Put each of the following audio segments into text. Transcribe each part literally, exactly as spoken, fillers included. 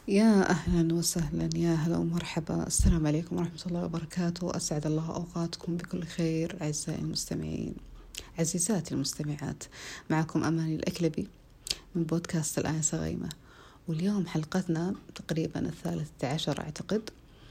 يا أهلا وسهلا، يا هلا ومرحبا. السلام عليكم ورحمة الله وبركاته. أسعد الله أوقاتكم بكل خير أعزائي المستمعين، عزيزاتي المستمعات. معكم أماني الأكلبي من بودكاست الآنسة غيمة، واليوم حلقتنا تقريبا الثالثة عشر أعتقد.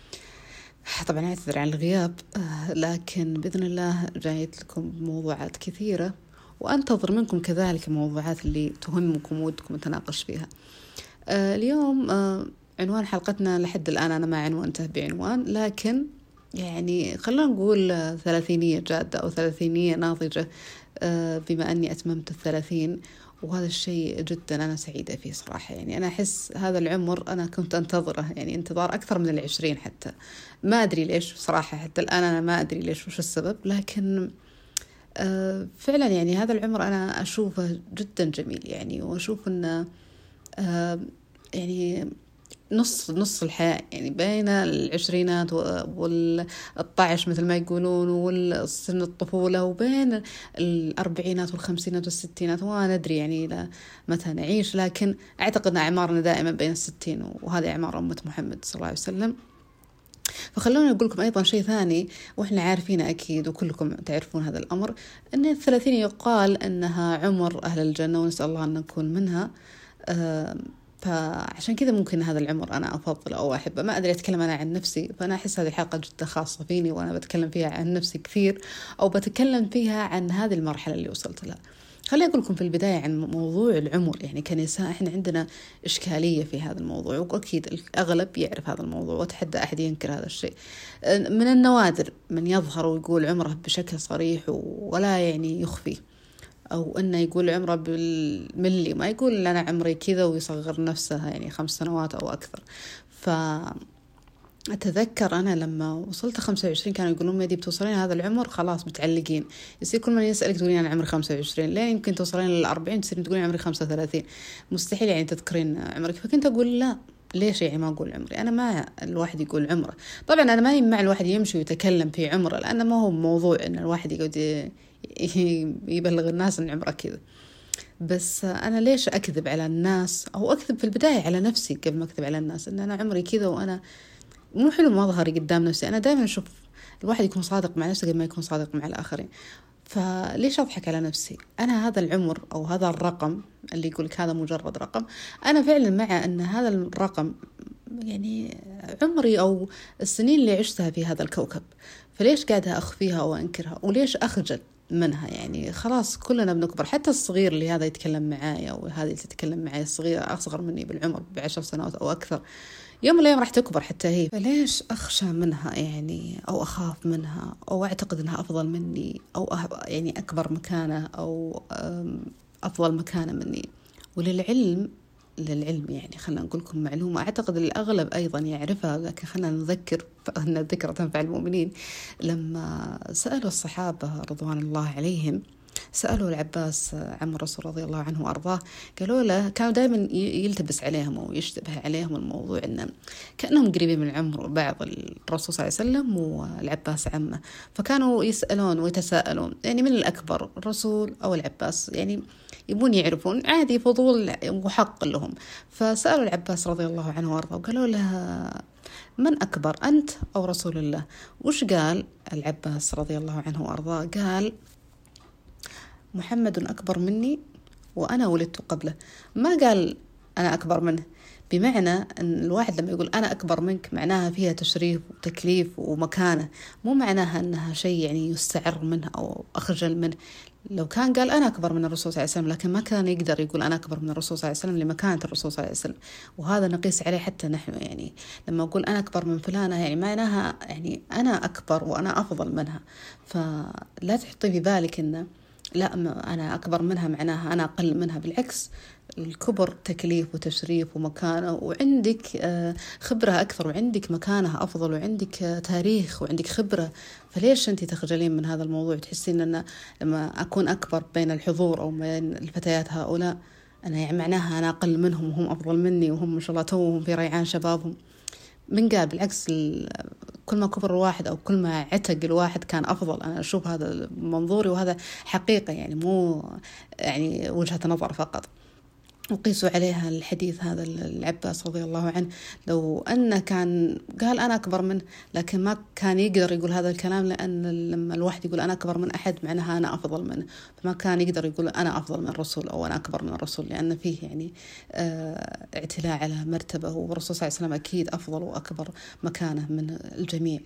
طبعا أعتذر عن الغياب، لكن بإذن الله جايت لكم موضوعات كثيرة، وأنتظر منكم كذلك الموضوعات اللي تهمكم ودكم نتناقش فيها. آه اليوم آه عنوان حلقتنا لحد الآن أنا ما عنوانته بعنوان، لكن يعني خلينا نقول آه ثلاثينية جادة أو ثلاثينية ناضجة، آه بما أني أتممت الثلاثين، وهذا الشيء جدا أنا سعيدة فيه صراحة. يعني أنا أحس هذا العمر أنا كنت أنتظره، يعني انتظار أكثر من العشرين حتى. ما أدري ليش صراحة، حتى الآن أنا ما أدري ليش وش السبب، لكن آه فعلا يعني هذا العمر أنا أشوفه جدا جميل، يعني وأشوف أنه آه يعني نص نص الحياة، يعني بين العشرينات والطعش مثل ما يقولون والسن الطفولة، وبين الأربعينات والخمسينات والستينات، وما ندري يعني إلى متى نعيش، لكن أعتقد أن أعمارنا دائما بين الستين، وهذه أعمار أمة محمد صلى الله عليه وسلم. فخلونا نقول لكم أيضا شيء ثاني، وإحنا عارفين أكيد وكلكم تعرفون هذا الأمر، أن الثلاثين يقال أنها عمر أهل الجنة، ونسأل الله أن نكون منها. آه فعشان كذا ممكن هذا العمر أنا أفضل أو أحبه. ما أدري، أتكلم أنا عن نفسي، فأنا أحس هذه الحلقة جدا خاصة فيني، وأنا بتكلم فيها عن نفسي كثير، أو بتكلم فيها عن هذه المرحلة اللي وصلت لها. خليني أقول لكم في البداية عن موضوع العمر. يعني كنساء إحنا عندنا إشكالية في هذا الموضوع، وأكيد الأغلب يعرف هذا الموضوع، وأتحدى أحد ينكر هذا الشيء. من النوادر من يظهر ويقول عمره بشكل صريح ولا يعني يخفي، أو أنه يقول عمره بالملي، ما يقول إن أنا عمري كذا ويصغر نفسه يعني خمس سنوات أو أكثر. فأتذكر أنا لما وصلت خمسة وعشرين كانوا يقولون ميدي بتوصلين هذا العمر خلاص بتعلقين، يصير كل من يسألك تقولين أنا عمري خمسة وعشرين، لين يمكن توصلين للأربعين تصيرين تقولين عمري خمسة وثلاثين، مستحيل يعني تذكرين عمرك. فكنت أقول لا، ليش يعني ما أقول عمري؟ أنا ما الواحد يقول عمره. طبعا أنا ما يمنع الواحد يمشي ويتكلم في عمره، لأنه ما هو موضوع إن الواحد يقعد يبلغ الناس إن عمره كذا. بس أنا ليش أكذب على الناس، أو أكذب في البداية على نفسي قبل ما أكذب على الناس إن أنا عمري كذا؟ وأنا مو حلو مظهري قدام نفسي. أنا دائما أشوف الواحد يكون صادق مع نفسه قبل ما يكون صادق مع الآخرين. فليش أضحك على نفسي؟ أنا هذا العمر أو هذا الرقم اللي يقولك هذا مجرد رقم، أنا فعلا مع أن هذا الرقم يعني عمري أو السنين اللي عشتها في هذا الكوكب. فليش قاعدة أخفيها أو أنكرها؟ وليش أخجل منها؟ يعني خلاص كلنا بنكبر، حتى الصغير اللي هذا يتكلم معايا وهذه اللي تتكلم معايا الصغيرة أصغر مني بالعمر بعشر سنوات أو أكثر، يوم من الأيام راح تكبر حتى هي. فليش أخشى منها يعني، أو أخاف منها، أو أعتقد أنها أفضل مني، أو أه يعني أكبر مكانة، أو أفضل مكانة مني؟ وللعلم للعلم يعني خلنا نقول لكم معلومة أعتقد الأغلب أيضا يعرفها، لكن خلنا نذكر أن الذكرى تنفع المؤمنين. لما سألوا الصحابة رضوان الله عليهم، سألوا العباس عم الرسول رضي الله عنه وأرضاه، قالوا له كانوا دائما يلتبس عليهم ويشتبه عليهم الموضوع أن كأنهم قريبين من عمر بعض الرسول صلى الله عليه وسلم والعباس عمه. فكانوا يسألون ويتساءلون يعني من الأكبر، الرسول أو العباس؟ يعني يبون يعرفون، عادي فضول وحق لهم. فسألوا العباس رضي الله عنه وأرضاه وقالوا له من أكبر، أنت أو رسول الله؟ وش قال العباس رضي الله عنه وأرضاه؟ قال محمد أكبر مني وأنا ولدت قبله. ما قال أنا أكبر منه، بمعنى أن الواحد لما يقول أنا أكبر منك معناها فيها تشريف وتكليف ومكانة، مو معناها أنها شيء يعني يستعر منه أو أخجل منه. لو كان قال أنا أكبر من الرسول صلى الله عليه وسلم، لكن ما كان يقدر يقول أنا أكبر من الرسول صلى الله عليه وسلم لمكانة الرسول صلى الله عليه وسلم. وهذا نقيس عليه حتى نحن، يعني لما أقول أنا أكبر من فلانة يعني معناها يعني أنا أكبر وأنا أفضل منها. فلا تحطي في بالك أنه لا أنا أكبر منها معناها أنا أقل منها، بالعكس، الكبر تكليف وتشريف ومكانة، وعندك خبرة أكثر، وعندك مكانة أفضل، وعندك تاريخ، وعندك خبرة. فليش أنت تخجلين من هذا الموضوع؟ تحسين أن لما أكون أكبر بين الحضور أو بين الفتيات هؤلاء أنا يعني معناها أنا أقل منهم وهم أفضل مني، وهم ما شاء الله توهم في ريعان شبابهم؟ من قال بالعكس، كل ما كبر الواحد أو كل ما عتق الواحد كان أفضل. أنا أشوف هذا منظوري، وهذا حقيقة يعني مو يعني وجهة نظر فقط. وقيسوا عليها الحديث هذا العباس رضي الله عنه، لو أنه كان قال أنا أكبر منه لكن ما كان يقدر يقول هذا الكلام، لأن لما الواحد يقول أنا أكبر من أحد معناها أنا أفضل منه، فما كان يقدر يقول أنا أفضل من الرسول أو أنا أكبر من الرسول، لأن فيه يعني اه اعتلاء على مرتبة، والرسول صلى الله عليه وسلم أكيد أفضل وأكبر مكانة من الجميع.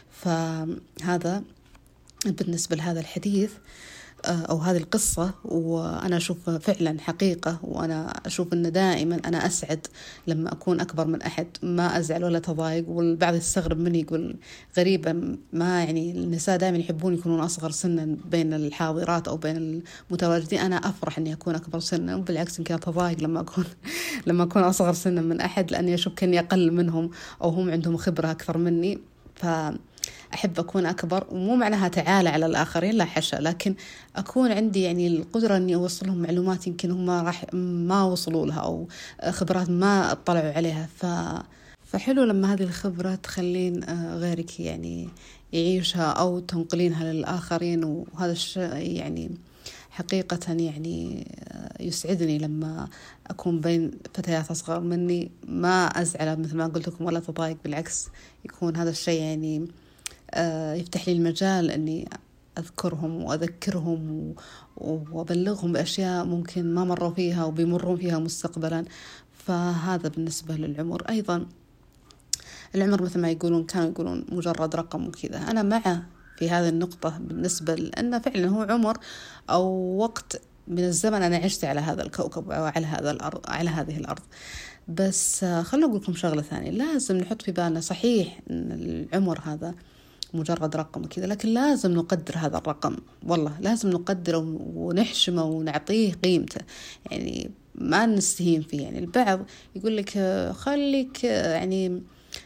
فهذا بالنسبة لهذا الحديث أو هذه القصة. وأنا أشوف فعلا حقيقة، وأنا أشوف أن دائما أنا أسعد لما أكون أكبر من أحد، ما أزعل ولا تضايق. والبعض يستغرب مني يقول غريبة، ما يعني النساء دائما يحبون يكونون أصغر سنا بين الحاضرات أو بين المتواجدين. أنا أفرح أني أكون أكبر سنا، وبالعكس يمكن أتضايق لما أكون لما أكون أصغر سنا من أحد، لأني أشوف كأني أقل منهم أو هم عندهم خبرة أكثر مني. ف أحب أكون أكبر، ومو معناها تعالى على الآخرين، لا حشا، لكن أكون عندي يعني القدرة أني أوصلهم معلومات يمكن هم راح ما وصلوا لها، أو خبرات ما اطلعوا عليها. ف... فحلو لما هذه الخبرة تخلين غيرك يعني يعيشها أو تنقلينها للآخرين. وهذا الشيء يعني حقيقة يعني يسعدني لما أكون بين فتيات أصغر مني، ما أزعل مثل ما قلت لكم ولا تضايق، بالعكس يكون هذا الشيء يعني يفتح لي المجال أني أذكرهم وأذكرهم وأبلغهم بأشياء ممكن ما مروا فيها وبيمرون فيها مستقبلا. فهذا بالنسبة للعمر. أيضا العمر مثل ما يقولون كانوا يقولون مجرد رقم وكذا، أنا مع في هذه النقطة بالنسبة لأنه فعلا هو عمر أو وقت من الزمن أنا عشت على هذا الكوكب أو على هذا الأرض على هذه الأرض. بس خلنا أقول لكم شغلة ثانية، لازم نحط في بالنا صحيح أن العمر هذا مجرد رقم كذا، لكن لازم نقدر هذا الرقم، والله لازم نقدره ونحشمه ونعطيه قيمته، يعني ما نستهين فيه. يعني البعض يقول لك خليك يعني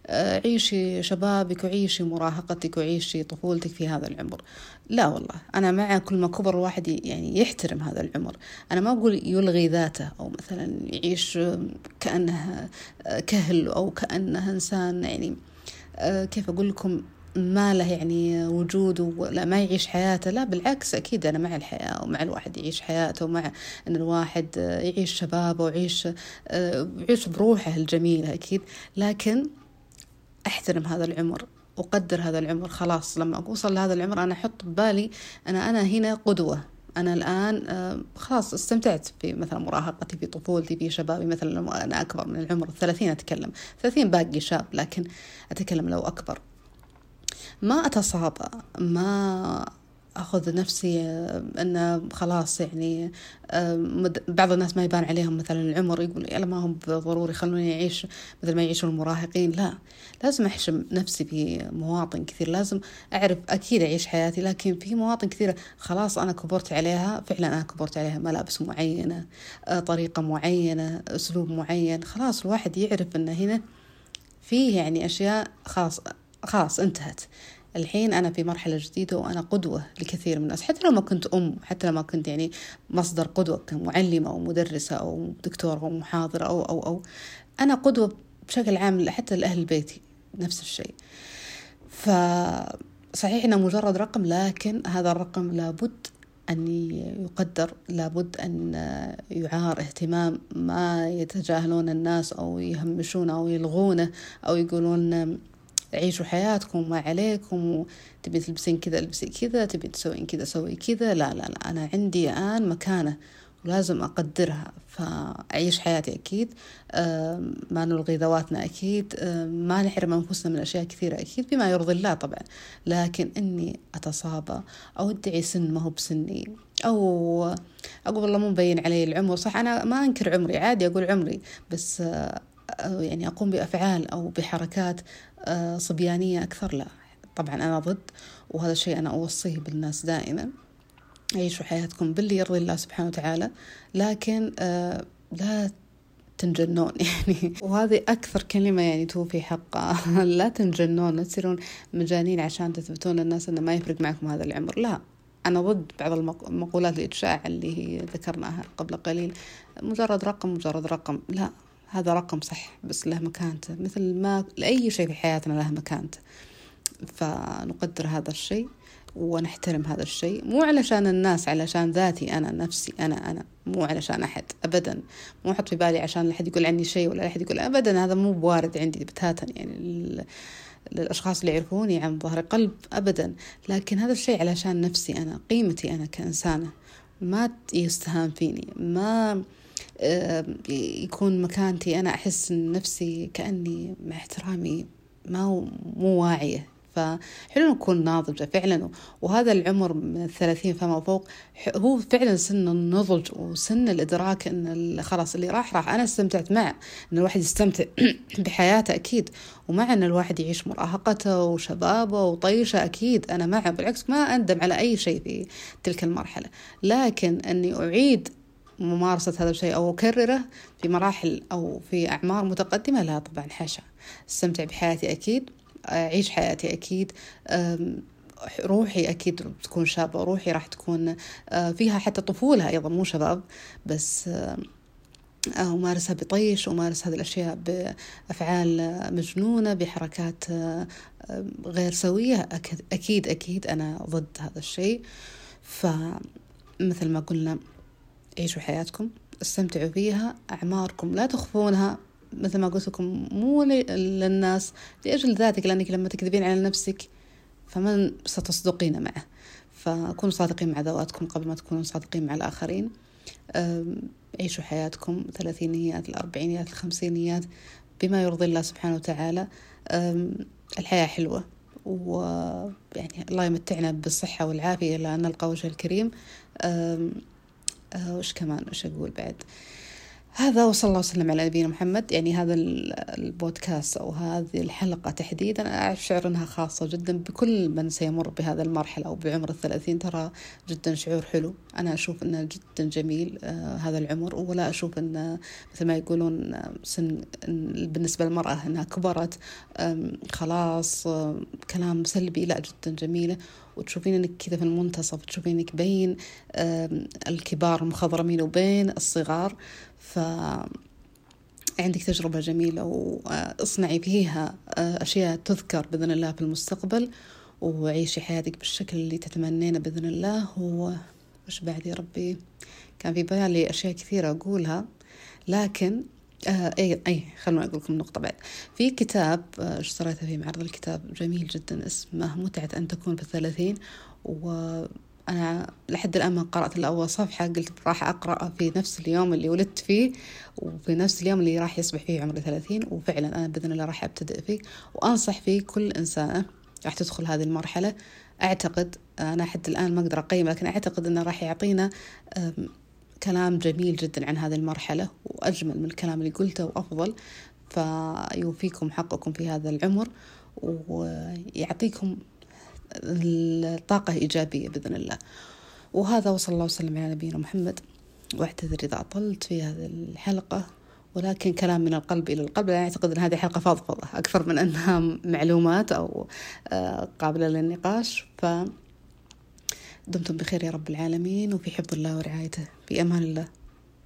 عيشي شبابك وعيشي مراهقتك وعيشي طفولتك في هذا العمر. لا والله، أنا مع كل ما كبر الواحد يعني يحترم هذا العمر. أنا ما أقول يلغي ذاته أو مثلا يعيش كأنه كهل أو كأنه إنسان يعني كيف أقول لكم ما له يعني وجود ولا ما يعيش حياته. لا بالعكس، أكيد أنا مع الحياة ومع الواحد يعيش حياته، ومع أن الواحد يعيش شبابه ويعيش يعيش بروحه الجميلة أكيد، لكن أحترم هذا العمر وقدر هذا العمر. خلاص لما أوصل لهذا العمر أنا أحط ببالي أنا أنا هنا قدوة. أنا الآن خلاص استمتعت في مثلا مراهقتي، في طفولتي، في شبابي. مثلا أنا أكبر من العمر الثلاثين، أتكلم ثلاثين باقي شاب، لكن أتكلم لو أكبر ما أتصاب، ما أخذ نفسي أن خلاص يعني بعض الناس ما يبان عليهم مثلا العمر يقول يلا ما هم ضروري خلوني يعيش مثل ما يعيشوا المراهقين. لا، لازم أحشم نفسي في مواطن كثير، لازم أعرف أكيد أعيش حياتي، لكن في مواطن كثيرة خلاص أنا كبرت عليها، فعلا أنا كبرت عليها، ملابس معينة، طريقة معينة، أسلوب معين. خلاص الواحد يعرف أن هنا فيه يعني أشياء خلاص خلاص انتهت. الحين أنا في مرحلة جديدة وأنا قدوة لكثير من الناس، حتى لو ما كنت أم، حتى لو ما كنت يعني مصدر قدوة كمعلمة أو مدرسة أو دكتورة أو محاضرة أو أو أو أنا قدوة بشكل عام حتى لأهل بيتي نفس الشيء. فصحيح إنه مجرد رقم، لكن هذا الرقم لابد أن يقدر، لابد أن يعار اهتمام، ما يتجاهلون الناس أو يهمشون أو يلغونه أو يقولون عيشوا حياتكم ما عليكم، تبي تلبسين كذا البسي كذا، تبي تسوين كذا سوي كذا. لا لا لا، أنا عندي الآن مكانة ولازم أقدرها، فأعيش حياتي أكيد، ما نلغي ذواتنا أكيد، ما نحرم أنفسنا من أشياء كثيرة أكيد بما يرضي الله طبعا، لكن إني أتصابى أو أدعي سن ما هو بسني، أو أقول والله مو مبين علي العمر. صح أنا ما أنكر عمري، عادي أقول عمري، بس يعني أقوم بأفعال أو بحركات صبيانية أكثر، لا طبعا أنا ضد. وهذا الشيء أنا أوصيه بالناس دائما، عيشوا حياتكم باللي يرضي الله سبحانه وتعالى، لكن لا تنجنون يعني. وهذه أكثر كلمة يعني توفي حقها لا تنجنون، لا تصيرون مجانين عشان تثبتون للناس أنه ما يفرق معكم هذا العمر. لا، أنا ضد بعض المقولات الإشاعة اللي هي ذكرناها قبل قليل، مجرد رقم مجرد رقم. لا، هذا رقم صح بس له مكانته، مثل ما لأي شيء في حياتنا له مكانته، فنقدر هذا الشيء ونحترم هذا الشيء، مو علشان الناس، علشان ذاتي أنا، نفسي أنا أنا مو علشان أحد أبدا. مو أحط في بالي عشان أحد يقول عني شيء ولا أحد يقول أبدا، هذا مو بوارد عندي بتاتا يعني للأشخاص اللي يعرفوني عن ظهر قلب أبدا. لكن هذا الشيء علشان نفسي أنا، قيمتي أنا كإنسانة، ما يستهان فيني، ما يكون مكانتي أنا أحس نفسي كأني مع احترامي ما مو واعية. فحلو نكون ناضجة فعلا، وهذا العمر من الثلاثين فما فوق هو فعلا سن النضج وسن الإدراك أن خلاص اللي راح راح. أنا استمتعت مع أن الواحد يستمتع بحياته أكيد، ومع أن الواحد يعيش مراهقته وشبابه وطيشه أكيد أنا معه، بالعكس ما أندم على أي شيء في تلك المرحلة. لكن أني أعيد ممارسة هذا الشيء أو أكرره في مراحل أو في أعمار متقدمة، لا طبعا حاشا. استمتع بحياتي أكيد، أعيش حياتي أكيد، روحي أكيد تكون شابة، روحي راح تكون فيها حتى طفولة أيضا مو شباب بس، أمارسها بطيش، وأمارس هذه الأشياء بأفعال مجنونة، بحركات غير سوية. أكيد أكيد أنا ضد هذا الشيء. فمثل ما قلنا عيشوا حياتكم، استمتعوا فيها، أعماركم لا تخفونها، مثل ما قلت لكم مو للناس، لأجل ذاتك، لأنك لما تكذبين على نفسك فمن ستصدقين معه. فكونوا صادقين مع ذواتكم قبل ما تكونوا صادقين مع الآخرين. عيشوا حياتكم ثلاثينيات الأربعينيات الخمسينيات بما يرضي الله سبحانه وتعالى. الحياة حلوة، ويعني الله يمتعنا بالصحة والعافية لأن نلقى وجه الكريم. وش كمان وش أقول بعد؟ هذا، وصلى الله وسلم على نبينا محمد. يعني هذا البودكاست أو هذه الحلقة تحديدا أنا أعرف شعر أنها خاصة جدا بكل من سيمر بهذا المرحلة أو بعمر الثلاثين. ترى جدا شعور حلو، أنا أشوف أنه جدا جميل آه هذا العمر، ولا أشوف أنه مثل ما يقولون سن بالنسبة للمرأة أنها كبرت خلاص آه كلام سلبي. لا، جدا جميلة، وتشوفين أنك كذا في المنتصف، تشوفين أنك بين آه الكبار المخضرمين وبين الصغار. فعندك تجربة جميلة، واصنعي فيها أشياء تذكر بإذن الله في المستقبل، وعيشي حياتك بالشكل اللي تتمنينه بإذن الله. وش بعد يا ربي؟ كان في بالي أشياء كثيرة أقولها، لكن آه أي أي خلونا أقول لكم نقطة بعد. في كتاب اشتريته في معرض الكتاب جميل جدا اسمه متعة أن تكون في الثلاثين، وأنا لحد الآن ما قرأت الأول صفحة، قلت راح أقرأ في نفس اليوم اللي ولدت فيه وفي نفس اليوم اللي راح يصبح فيه عمري ثلاثين. وفعلا أنا بإذن الله راح أبتدئ فيه، وأنصح فيه كل إنسانة راح تدخل هذه المرحلة. أعتقد أنا حتى الآن ما أقدر أقيم، لكن أعتقد أنه راح يعطينا كلام جميل جدا عن هذه المرحلة، وأجمل من الكلام اللي قلته وأفضل. فيوفيكم حقكم في هذا العمر، ويعطيكم الطاقة إيجابية بإذن الله. وهذا، وصلى الله وسلم على نبينا محمد. واعتذر إذا أطلت في هذه الحلقة، ولكن كلام من القلب إلى القلب. أنا أعتقد أن هذه حلقة فضفضة أكثر من أنها معلومات أو قابلة للنقاش. فدمتم بخير يا رب العالمين، وفي حفظ الله ورعايته، في أمان الله.